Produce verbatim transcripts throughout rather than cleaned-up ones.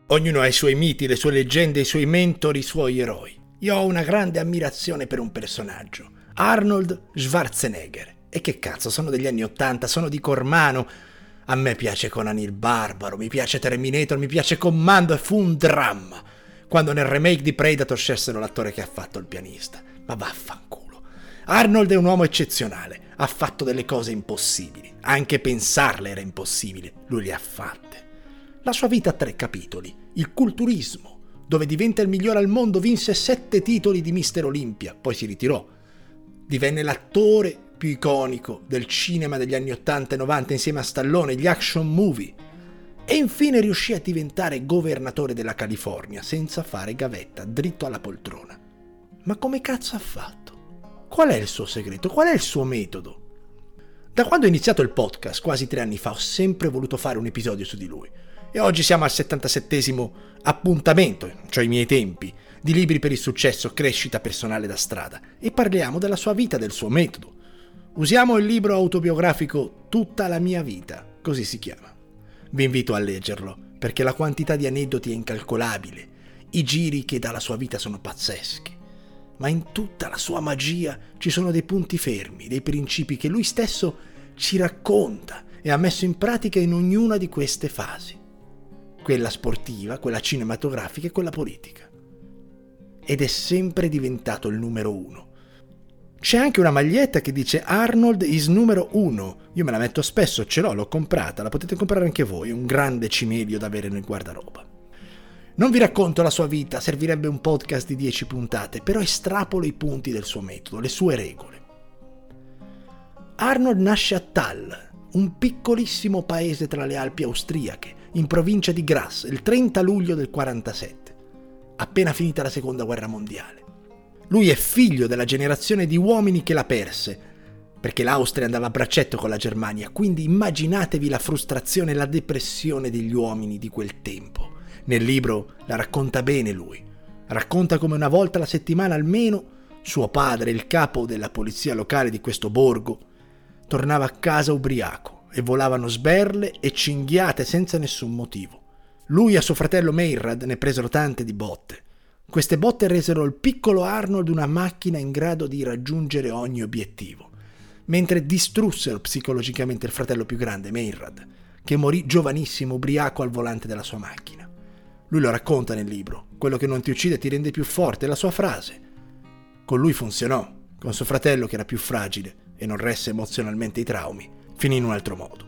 Ognuno ha i suoi miti, le sue leggende, i suoi mentori, i suoi eroi. Io ho una grande ammirazione per un personaggio, Arnold Schwarzenegger. E che cazzo, sono degli anni Ottanta, sono di Cormano. A me piace Conan il Barbaro, mi piace Terminator, mi piace Commando, e fu un dramma quando nel remake di Predator scelsero l'attore che ha fatto il pianista. Ma vaffanculo. Arnold è un uomo eccezionale, ha fatto delle cose impossibili, anche pensarle era impossibile, lui le ha fatte. La sua vita ha tre capitoli: il culturismo, dove diventa il migliore al mondo, vinse sette titoli di mister Olympia, poi si ritirò. Divenne l'attore più iconico del cinema degli anni ottanta e novanta insieme a Stallone, gli action movie. E infine riuscì a diventare governatore della California senza fare gavetta, dritto alla poltrona. Ma come cazzo ha fatto? Qual è il suo segreto? Qual è il suo metodo? Da quando ho iniziato il podcast, quasi tre anni fa, ho sempre voluto fare un episodio su di lui. E oggi siamo al settantasettesimo appuntamento, cioè i miei tempi, di libri per il successo, crescita personale da strada. E parliamo della sua vita, del suo metodo. Usiamo il libro autobiografico Tutta la mia vita, così si chiama. Vi invito a leggerlo, perché la quantità di aneddoti è incalcolabile. I giri che dà la sua vita sono pazzeschi. Ma in tutta la sua magia ci sono dei punti fermi, dei principi che lui stesso ci racconta e ha messo in pratica in ognuna di queste fasi. Quella sportiva, quella cinematografica e quella politica. Ed è sempre diventato il numero uno. C'è anche una maglietta che dice Arnold is numero uno. Io me la metto spesso, ce l'ho, l'ho comprata, la potete comprare anche voi, è un grande cimelio da avere nel guardaroba. Non vi racconto la sua vita, servirebbe un podcast di dieci puntate, però estrapolo i punti del suo metodo, le sue regole. Arnold nasce a Thal, un piccolissimo paese tra le Alpi austriache, in provincia di Graz, il trenta luglio del quarantasette, appena finita la seconda guerra mondiale. Lui è figlio della generazione di uomini che la perse, perché l'Austria andava a braccetto con la Germania, quindi immaginatevi la frustrazione e la depressione degli uomini di quel tempo. Nel libro la racconta bene lui, racconta come una volta alla settimana almeno suo padre, il capo della polizia locale di questo borgo, tornava a casa ubriaco e volavano sberle e cinghiate senza nessun motivo. Lui e suo fratello Meinrad ne presero tante di botte. Queste botte resero il piccolo Arnold una macchina in grado di raggiungere ogni obiettivo, mentre distrussero psicologicamente il fratello più grande, Meinrad, che morì giovanissimo ubriaco al volante della sua macchina. Lui lo racconta nel libro: quello che non ti uccide ti rende più forte, è la sua frase. Con lui funzionò, con suo fratello, che era più fragile e non resse emozionalmente i traumi, finì in un altro modo.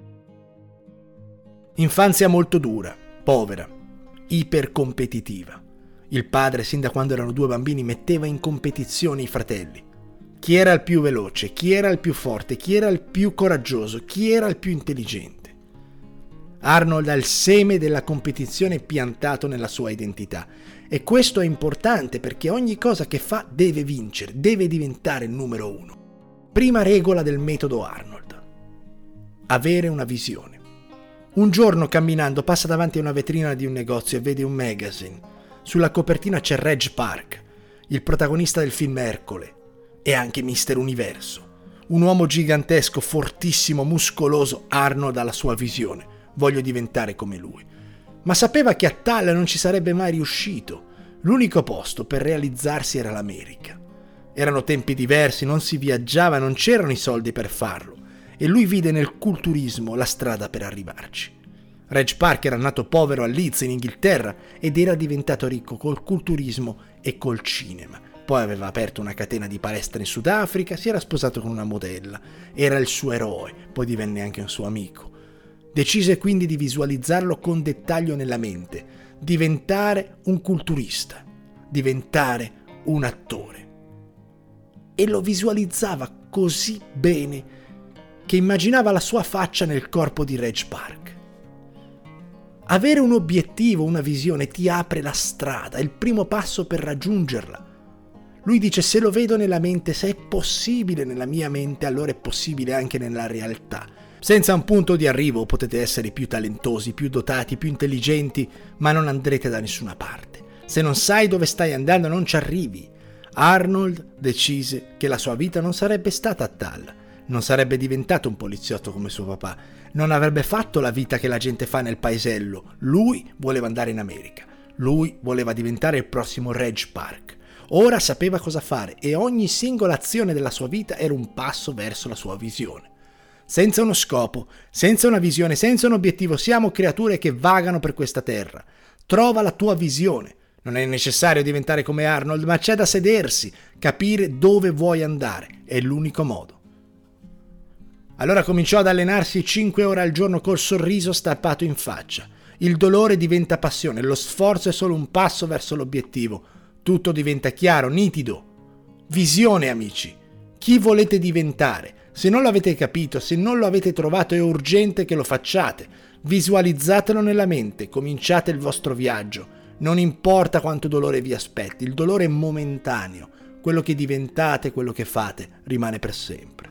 Infanzia molto dura, povera, ipercompetitiva. Il padre, sin da quando erano due bambini, metteva in competizione i fratelli. Chi era il più veloce, chi era il più forte, chi era il più coraggioso, chi era il più intelligente. Arnold ha il seme della competizione piantato nella sua identità. E questo è importante perché ogni cosa che fa deve vincere, deve diventare il numero uno. Prima regola del metodo Arnold: avere una visione. Un giorno, camminando, passa davanti a una vetrina di un negozio e vede un magazine. Sulla copertina c'è Reg Park, il protagonista del film Ercole, e anche mister Universo. Un uomo gigantesco, fortissimo, muscoloso. Arnold ha la sua visione: voglio diventare come lui. Ma sapeva che a Thal non ci sarebbe mai riuscito. L'unico posto per realizzarsi era l'America. Erano tempi diversi, non si viaggiava, non c'erano i soldi per farlo, e lui vide nel culturismo la strada per arrivarci. Reg Park era nato povero a Leeds, in Inghilterra, ed era diventato ricco col culturismo e col cinema. Poi aveva aperto una catena di palestre in Sudafrica, si era sposato con una modella, era il suo eroe, poi divenne anche un suo amico. Decise quindi di visualizzarlo con dettaglio nella mente, diventare un culturista, diventare un attore. E lo visualizzava così bene che immaginava la sua faccia nel corpo di Reg Park. Avere un obiettivo, una visione, ti apre la strada, è il primo passo per raggiungerla. Lui dice: se lo vedo nella mente, se è possibile nella mia mente, allora è possibile anche nella realtà. Senza un punto di arrivo potete essere più talentosi, più dotati, più intelligenti, ma non andrete da nessuna parte. Se non sai dove stai andando, non ci arrivi. Arnold decise che la sua vita non sarebbe stata a Thal. non sarebbe diventato un poliziotto come suo papà, non avrebbe fatto la vita che la gente fa nel paesello. Lui voleva andare in America, lui voleva diventare il prossimo Reg Park. Ora sapeva cosa fare e ogni singola azione della sua vita era un passo verso la sua visione. Senza uno scopo, senza una visione, senza un obiettivo, siamo creature che vagano per questa terra. Trova la tua visione. Non è necessario diventare come Arnold, ma c'è da sedersi, capire dove vuoi andare. È l'unico modo. Allora cominciò ad allenarsi cinque ore al giorno col sorriso stampato in faccia. Il dolore diventa passione, lo sforzo è solo un passo verso l'obiettivo. Tutto diventa chiaro, nitido. Visione, amici. Chi volete diventare? Se non l'avete capito, se non lo avete trovato, è urgente che lo facciate. Visualizzatelo nella mente, cominciate il vostro viaggio. Non importa quanto dolore vi aspetti, il dolore è momentaneo. Quello che diventate, quello che fate, rimane per sempre.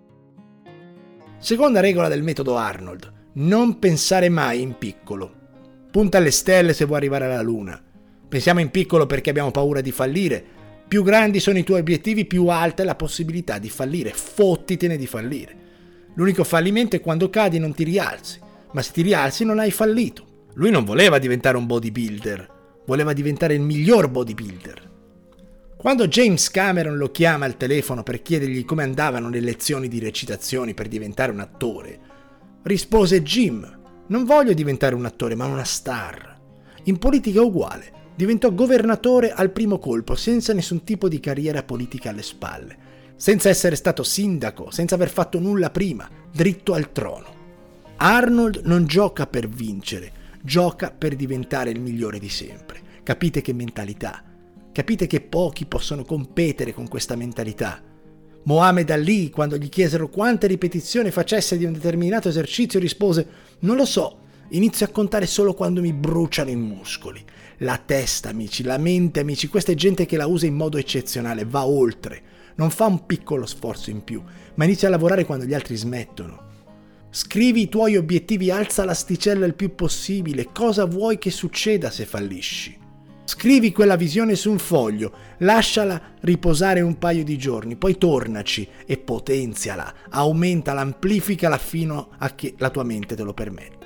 Seconda regola del metodo Arnold: non pensare mai in piccolo. Punta alle stelle se vuoi arrivare alla luna. Pensiamo in piccolo perché abbiamo paura di fallire. Più grandi sono i tuoi obiettivi, più alta è la possibilità di fallire. Fottitene di fallire. L'unico fallimento è quando cadi e non ti rialzi. Ma se ti rialzi non hai fallito. Lui non voleva diventare un bodybuilder, voleva diventare il miglior bodybuilder. Quando James Cameron lo chiama al telefono per chiedergli come andavano le lezioni di recitazioni per diventare un attore, rispose: Jim, non voglio diventare un attore, ma una star. In politica è uguale. Diventò governatore al primo colpo, senza nessun tipo di carriera politica alle spalle, senza essere stato sindaco, senza aver fatto nulla prima, dritto al trono. Arnold non gioca per vincere, gioca per diventare il migliore di sempre. Capite che mentalità? Capite che pochi possono competere con questa mentalità. Muhammad Ali, quando gli chiesero quante ripetizioni facesse di un determinato esercizio, rispose: non lo so, inizio a contare solo quando mi bruciano i muscoli. La testa, amici, la mente, amici, questa è gente che la usa in modo eccezionale, va oltre, non fa un piccolo sforzo in più, ma inizia a lavorare quando gli altri smettono. Scrivi i tuoi obiettivi, alza l'asticella il più possibile. Cosa vuoi che succeda se fallisci? Scrivi quella visione su un foglio, lasciala riposare un paio di giorni, poi tornaci e potenziala, aumentala, amplificala fino a che la tua mente te lo permetta.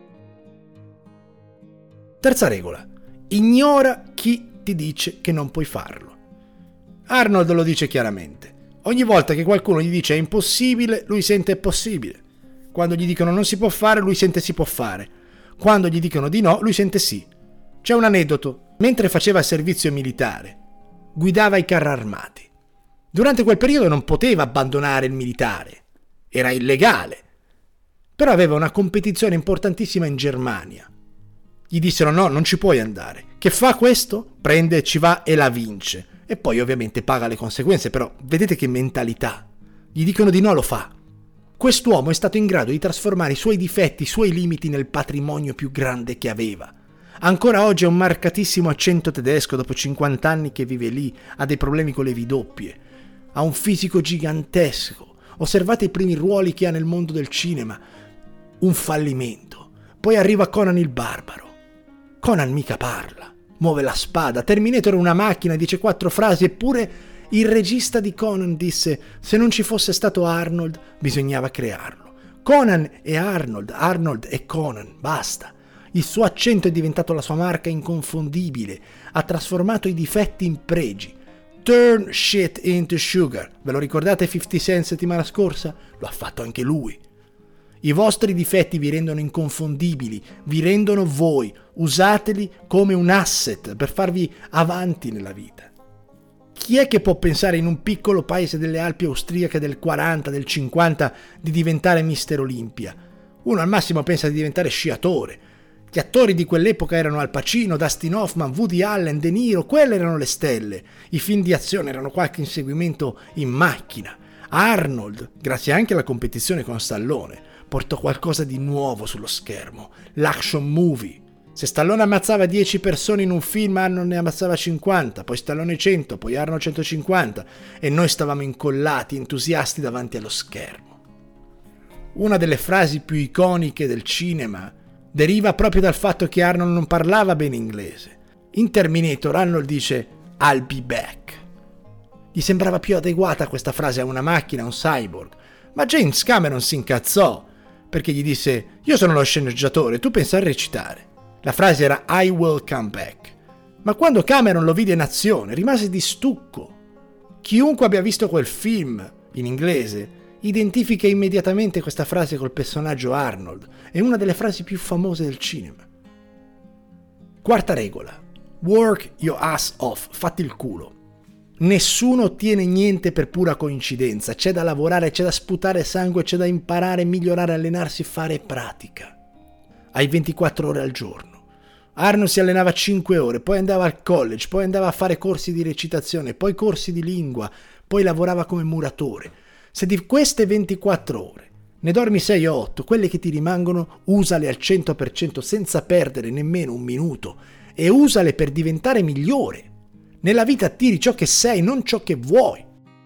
Terza regola: ignora chi ti dice che non puoi farlo. Arnold lo dice chiaramente. Ogni volta che qualcuno gli dice è impossibile, lui sente è possibile. Quando gli dicono non si può fare, lui sente si può fare. Quando gli dicono di no, lui sente sì. C'è un aneddoto. Mentre faceva servizio militare, guidava i carri armati. Durante quel periodo non poteva abbandonare il militare. Era illegale. Però aveva una competizione importantissima in Germania. Gli dissero no, non ci puoi andare. Che fa questo? Prende, ci va e la vince. E poi ovviamente paga le conseguenze, però vedete che mentalità. Gli dicono di no, lo fa. Quest'uomo è stato in grado di trasformare i suoi difetti, i suoi limiti nel patrimonio più grande che aveva. Ancora oggi ha un marcatissimo accento tedesco, dopo cinquanta anni che vive lì, ha dei problemi con le V doppie, ha un fisico gigantesco. Osservate i primi ruoli che ha nel mondo del cinema. Un fallimento. Poi arriva Conan il Barbaro. Conan mica parla, muove la spada. Terminator è una macchina, dice quattro frasi, eppure il regista di Conan disse: se non ci fosse stato Arnold, bisognava crearlo. Conan è Arnold, Arnold è Conan, basta. Il suo accento è diventato la sua marca inconfondibile, ha trasformato i difetti in pregi. Turn shit into sugar. Ve lo ricordate fifty cent settimana scorsa? Lo ha fatto anche lui. I vostri difetti vi rendono inconfondibili, vi rendono voi. Usateli come un asset per farvi avanti nella vita. Chi è che può pensare in un piccolo paese delle Alpi austriache del quaranta, del cinquanta di diventare mister Olympia? Uno al massimo pensa di diventare sciatore. Gli attori di quell'epoca erano Al Pacino, Dustin Hoffman, Woody Allen, De Niro, quelle erano le stelle. I film di azione erano qualche inseguimento in macchina. Arnold, grazie anche alla competizione con Stallone, portò qualcosa di nuovo sullo schermo, l'action movie. Se Stallone ammazzava dieci persone in un film, Arnold ne ammazzava cinquanta, poi Stallone cento, poi Arnold centocinquanta, e noi stavamo incollati, entusiasti davanti allo schermo. Una delle frasi più iconiche del cinema deriva proprio dal fatto che Arnold non parlava bene inglese. In Terminator Arnold dice I'll be back. Gli sembrava più adeguata questa frase a una macchina, a un cyborg, Ma James Cameron si incazzò perché gli disse: io sono lo sceneggiatore, tu pensa a recitare. La frase era I will come back. Ma quando Cameron lo vide in azione rimase di stucco. Chiunque abbia visto quel film in inglese identifica immediatamente questa frase col personaggio Arnold. È una delle frasi più famose del cinema. Quarta regola: work your ass off, fatti il culo. Nessuno ottiene niente per pura coincidenza, c'è da lavorare, c'è da sputare sangue, c'è da imparare, migliorare, allenarsi, fare pratica. Hai ventiquattro ore al giorno. Arnold si allenava cinque ore, poi andava al college, poi andava a fare corsi di recitazione, poi corsi di lingua, poi lavorava come muratore. Se di queste ventiquattro ore ne dormi sei o otto, quelle che ti rimangono usale al cento per cento senza perdere nemmeno un minuto e usale per diventare migliore. Nella vita attiri ciò che sei, non ciò che vuoi.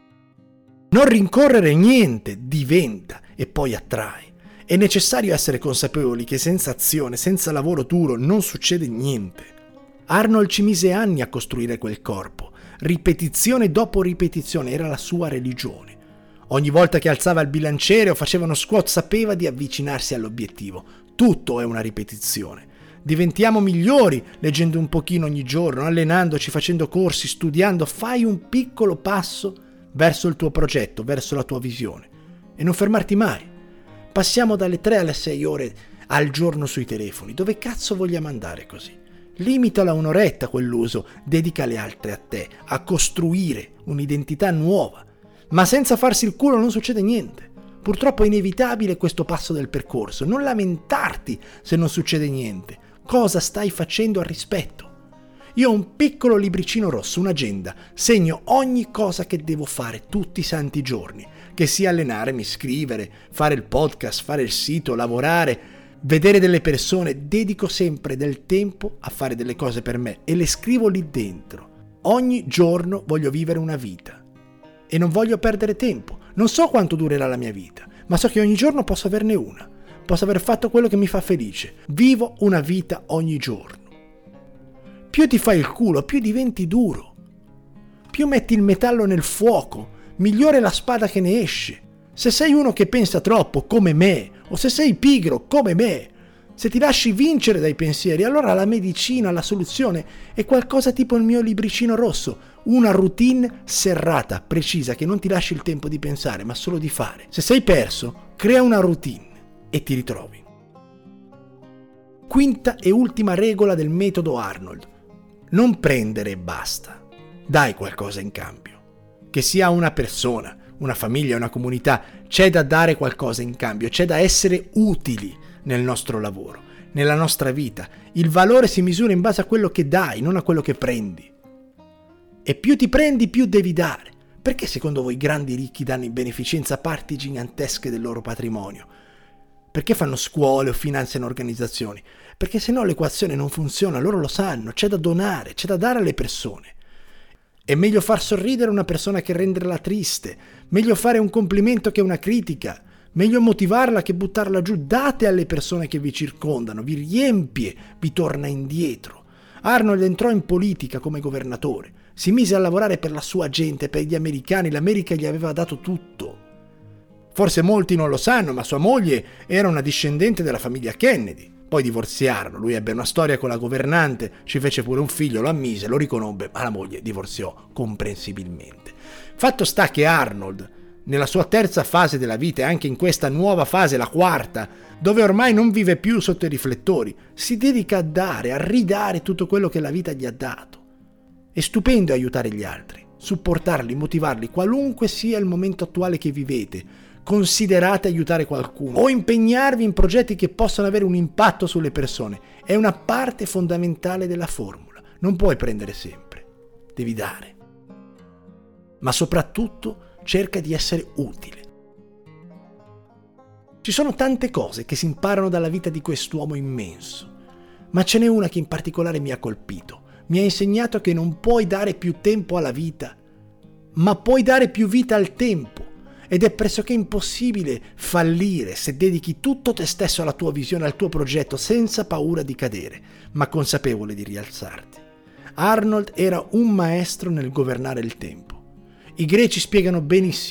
Non rincorrere niente, diventa e poi attrai. È necessario essere consapevoli che senza azione, senza lavoro duro, non succede niente. Arnold ci mise anni a costruire quel corpo. Ripetizione dopo ripetizione era la sua religione. Ogni volta che alzava il bilanciere o faceva uno squat sapeva di avvicinarsi all'obiettivo. Tutto è una ripetizione. Diventiamo migliori leggendo un pochino ogni giorno, allenandoci, facendo corsi, studiando. Fai un piccolo passo verso il tuo progetto, verso la tua visione. E non fermarti mai. Passiamo dalle tre alle sei ore al giorno sui telefoni. Dove cazzo vogliamo andare così? Limitala a un'oretta quell'uso, dedica le altre a te, a costruire un'identità nuova. Ma senza farsi il culo non succede niente. Purtroppo è inevitabile questo passo del percorso. Non lamentarti se non succede niente. Cosa stai facendo al rispetto? Io ho un piccolo libricino rosso, un'agenda. Segno ogni cosa che devo fare tutti i santi giorni. Che sia allenarmi, scrivere, fare il podcast, fare il sito, lavorare, vedere delle persone. Dedico sempre del tempo a fare delle cose per me e le scrivo lì dentro. Ogni giorno voglio vivere una vita e non voglio perdere tempo. Non so quanto durerà la mia vita, ma so che ogni giorno posso averne una. Posso aver fatto quello che mi fa felice. Vivo una vita ogni giorno. Più ti fai il culo, più diventi duro. Più metti il metallo nel fuoco, migliore la spada che ne esce. Se sei uno che pensa troppo, come me, o se sei pigro, come me, se ti lasci vincere dai pensieri, allora la medicina, la soluzione è qualcosa tipo il mio libricino rosso, una routine serrata, precisa, che non ti lasci il tempo di pensare, ma solo di fare. Se sei perso, crea una routine e ti ritrovi. Quinta e ultima regola del metodo Arnold. Non prendere e basta. Dai qualcosa in cambio. Che sia una persona, una famiglia, una comunità, c'è da dare qualcosa in cambio, c'è da essere utili nel nostro lavoro, nella nostra vita. Il valore si misura in base a quello che dai, non a quello che prendi. E più ti prendi, più devi dare. Perché secondo voi i grandi ricchi danno in beneficenza parti gigantesche del loro patrimonio? Perché fanno scuole o finanziano organizzazioni? Perché se no l'equazione non funziona, loro lo sanno, c'è da donare, c'è da dare alle persone. È meglio far sorridere una persona che renderla triste, meglio fare un complimento che una critica, meglio motivarla che buttarla giù. Date alle persone che vi circondano, vi riempie, vi torna indietro. Arnold entrò in politica come governatore, si mise a lavorare per la sua gente, per gli americani, l'America gli aveva dato tutto. Forse molti non lo sanno, ma sua moglie era una discendente della famiglia Kennedy. Poi divorziarono, lui ebbe una storia con la governante, ci fece pure un figlio, lo ammise, lo riconobbe, ma la moglie divorziò comprensibilmente. Fatto sta che Arnold, nella sua terza fase della vita e anche in questa nuova fase, la quarta, dove ormai non vive più sotto i riflettori, si dedica a dare, a ridare tutto quello che la vita gli ha dato. È stupendo aiutare gli altri, supportarli, motivarli, qualunque sia il momento attuale che vivete. Considerate aiutare qualcuno o impegnarvi in progetti che possano avere un impatto sulle persone. È una parte fondamentale della formula. Non puoi prendere sempre, devi dare. Ma soprattutto cerca di essere utile. Ci sono tante cose che si imparano dalla vita di quest'uomo immenso, ma ce n'è una che in particolare mi ha colpito. Mi ha insegnato che non puoi dare più tempo alla vita, ma puoi dare più vita al tempo. Ed è pressoché impossibile fallire se dedichi tutto te stesso alla tua visione, al tuo progetto, senza paura di cadere, ma consapevole di rialzarti. Arnold era un maestro nel governare il tempo. I greci spiegano benissimo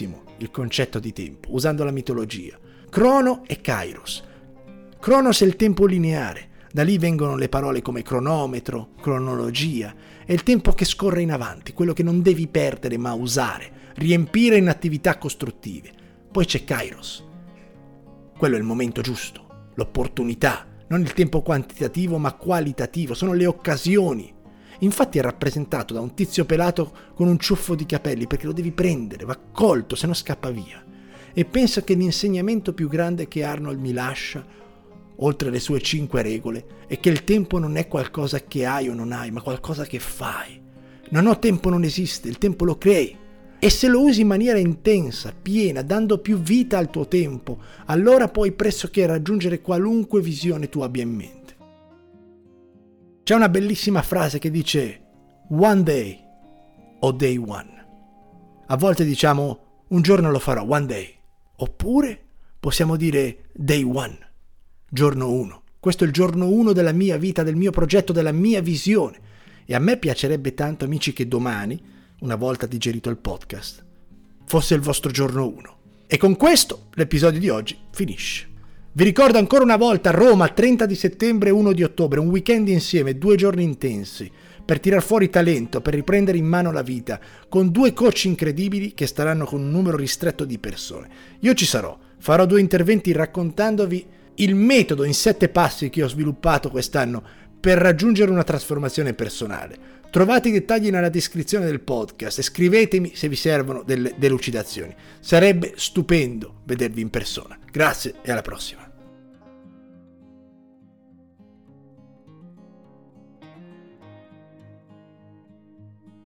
il concetto di tempo, usando la mitologia. Crono e Kairos. Cronos è il tempo lineare, da lì vengono le parole come cronometro, cronologia, è il tempo che scorre in avanti, quello che non devi perdere ma usare, riempire in attività costruttive. Poi c'è Kairos. Quello è il momento giusto, l'opportunità, non il tempo quantitativo ma qualitativo, sono le occasioni. Infatti è rappresentato da un tizio pelato con un ciuffo di capelli perché lo devi prendere, va colto, se no scappa via. E penso che l'insegnamento più grande che Arnold mi lascia, oltre le sue cinque regole, è che il tempo non è qualcosa che hai o non hai, ma qualcosa che fai. Non ho tempo, non esiste, il tempo lo crei. E se lo usi in maniera intensa, piena, dando più vita al tuo tempo, allora puoi pressoché raggiungere qualunque visione tu abbia in mente. C'è una bellissima frase che dice one day o day one. A volte diciamo un giorno lo farò, one day. Oppure possiamo dire day one, giorno uno. Questo è il giorno uno della mia vita, del mio progetto, della mia visione. E a me piacerebbe tanto, amici, che domani, una volta digerito il podcast, fosse il vostro giorno uno. E con questo l'episodio di oggi finisce. Vi ricordo ancora una volta Roma, trenta di settembre e primo di ottobre, un weekend insieme, due giorni intensi, per tirar fuori talento, per riprendere in mano la vita, con due coach incredibili che staranno con un numero ristretto di persone. Io ci sarò, farò due interventi raccontandovi il metodo in sette passi che ho sviluppato quest'anno per raggiungere una trasformazione personale. Trovate i dettagli nella descrizione del podcast e scrivetemi se vi servono delle delucidazioni. Sarebbe stupendo vedervi in persona. Grazie e alla prossima.